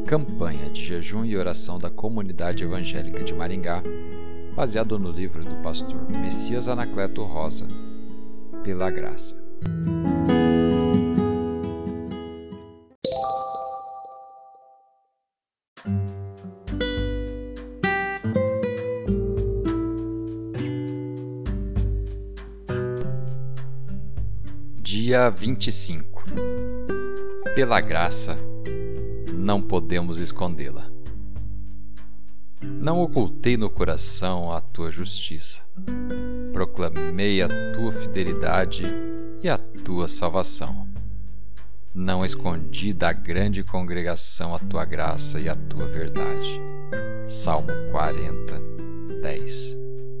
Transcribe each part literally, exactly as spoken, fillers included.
Campanha de jejum e oração da Comunidade Evangélica de Maringá, baseado no livro do pastor Messias Anacleto Rosa, Pela Graça. Dia vinte e cinco. Pela graça, não podemos escondê-la. Não ocultei no coração a tua justiça. Proclamei a tua fidelidade e a tua salvação. Não escondi da grande congregação a tua graça e a tua verdade. Salmo quarenta, dez.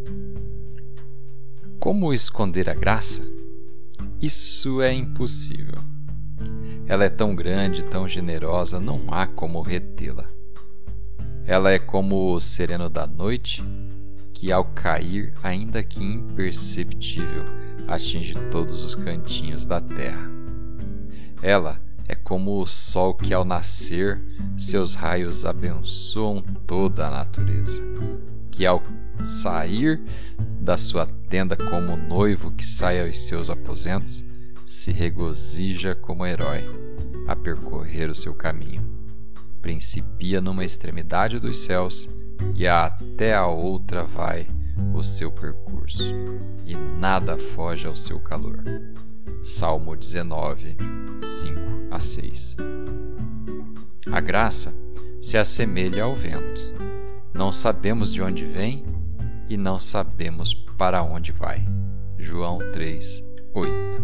Como esconder a graça? Isso é impossível. Ela é tão grande, tão generosa, não há como retê-la. Ela é como o sereno da noite, que ao cair, ainda que imperceptível, atinge todos os cantinhos da terra. Ela é como o sol que ao nascer, seus raios abençoam toda a natureza, que ao sair da sua tenda como o noivo que sai aos seus aposentos, se regozija como herói a percorrer o seu caminho. Principia numa extremidade dos céus e até a outra vai o seu percurso, e nada foge ao seu calor. Salmo dezenove, cinco a seis. A graça se assemelha ao vento. Não sabemos de onde vem e não sabemos para onde vai. João três, oito.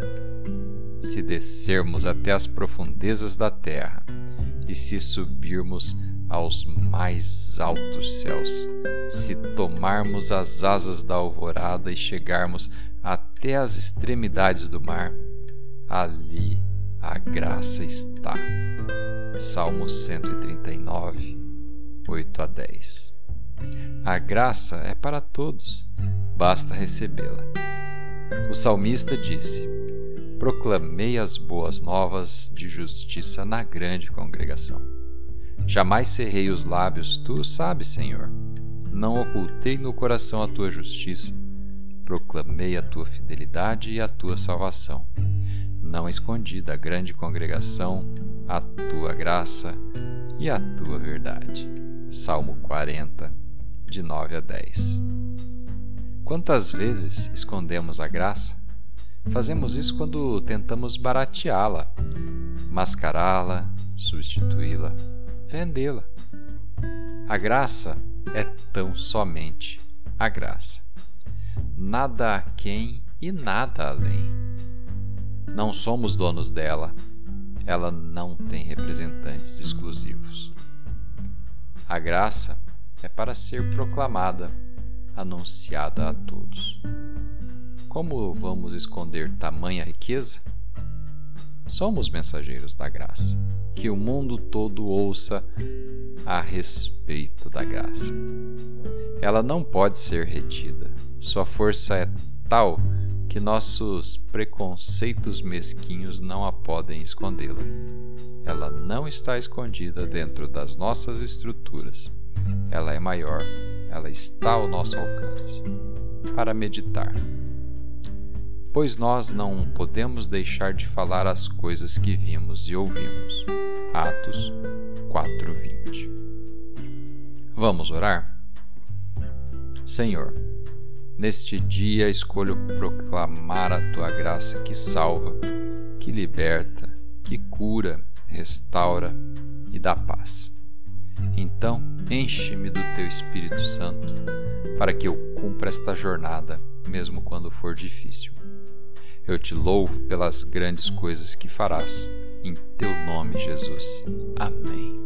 Se descermos até as profundezas da terra e se subirmos aos mais altos céus, se tomarmos as asas da alvorada e chegarmos até as extremidades do mar, ali a graça está. Salmo cento e trinta e nove, oito a dez. A graça é para todos, basta recebê-la. O salmista disse: proclamei as boas novas de justiça na grande congregação. Jamais cerrei os lábios, tu o sabes, Senhor. Não ocultei no coração a tua justiça. Proclamei a tua fidelidade e a tua salvação. Não escondi da grande congregação a tua graça e a tua verdade. Salmo quarenta, de nove a dez. Quantas vezes escondemos a graça? Fazemos isso quando tentamos barateá-la, mascará-la, substituí-la, vendê-la. A graça é tão somente a graça. Nada aquém e nada além. Não somos donos dela. Ela não tem representantes exclusivos. A graça é para ser proclamada, anunciada a todos. Como vamos esconder tamanha riqueza? Somos mensageiros da graça. Que o mundo todo ouça a respeito da graça. Ela não pode ser retida. Sua força é tal que nossos preconceitos mesquinhos não a podem escondê-la. Ela não está escondida dentro das nossas estruturas. Ela é maior, ela está ao nosso alcance. Para meditar. Pois nós não podemos deixar de falar as coisas que vimos e ouvimos. Atos quatro, vinte. Vamos orar? Senhor, neste dia escolho proclamar a tua graça que salva, que liberta, que cura, restaura e dá paz. Então, enche-me do teu Espírito Santo, para que eu cumpra esta jornada, mesmo quando for difícil. Eu te louvo pelas grandes coisas que farás. Em teu nome, Jesus. Amém.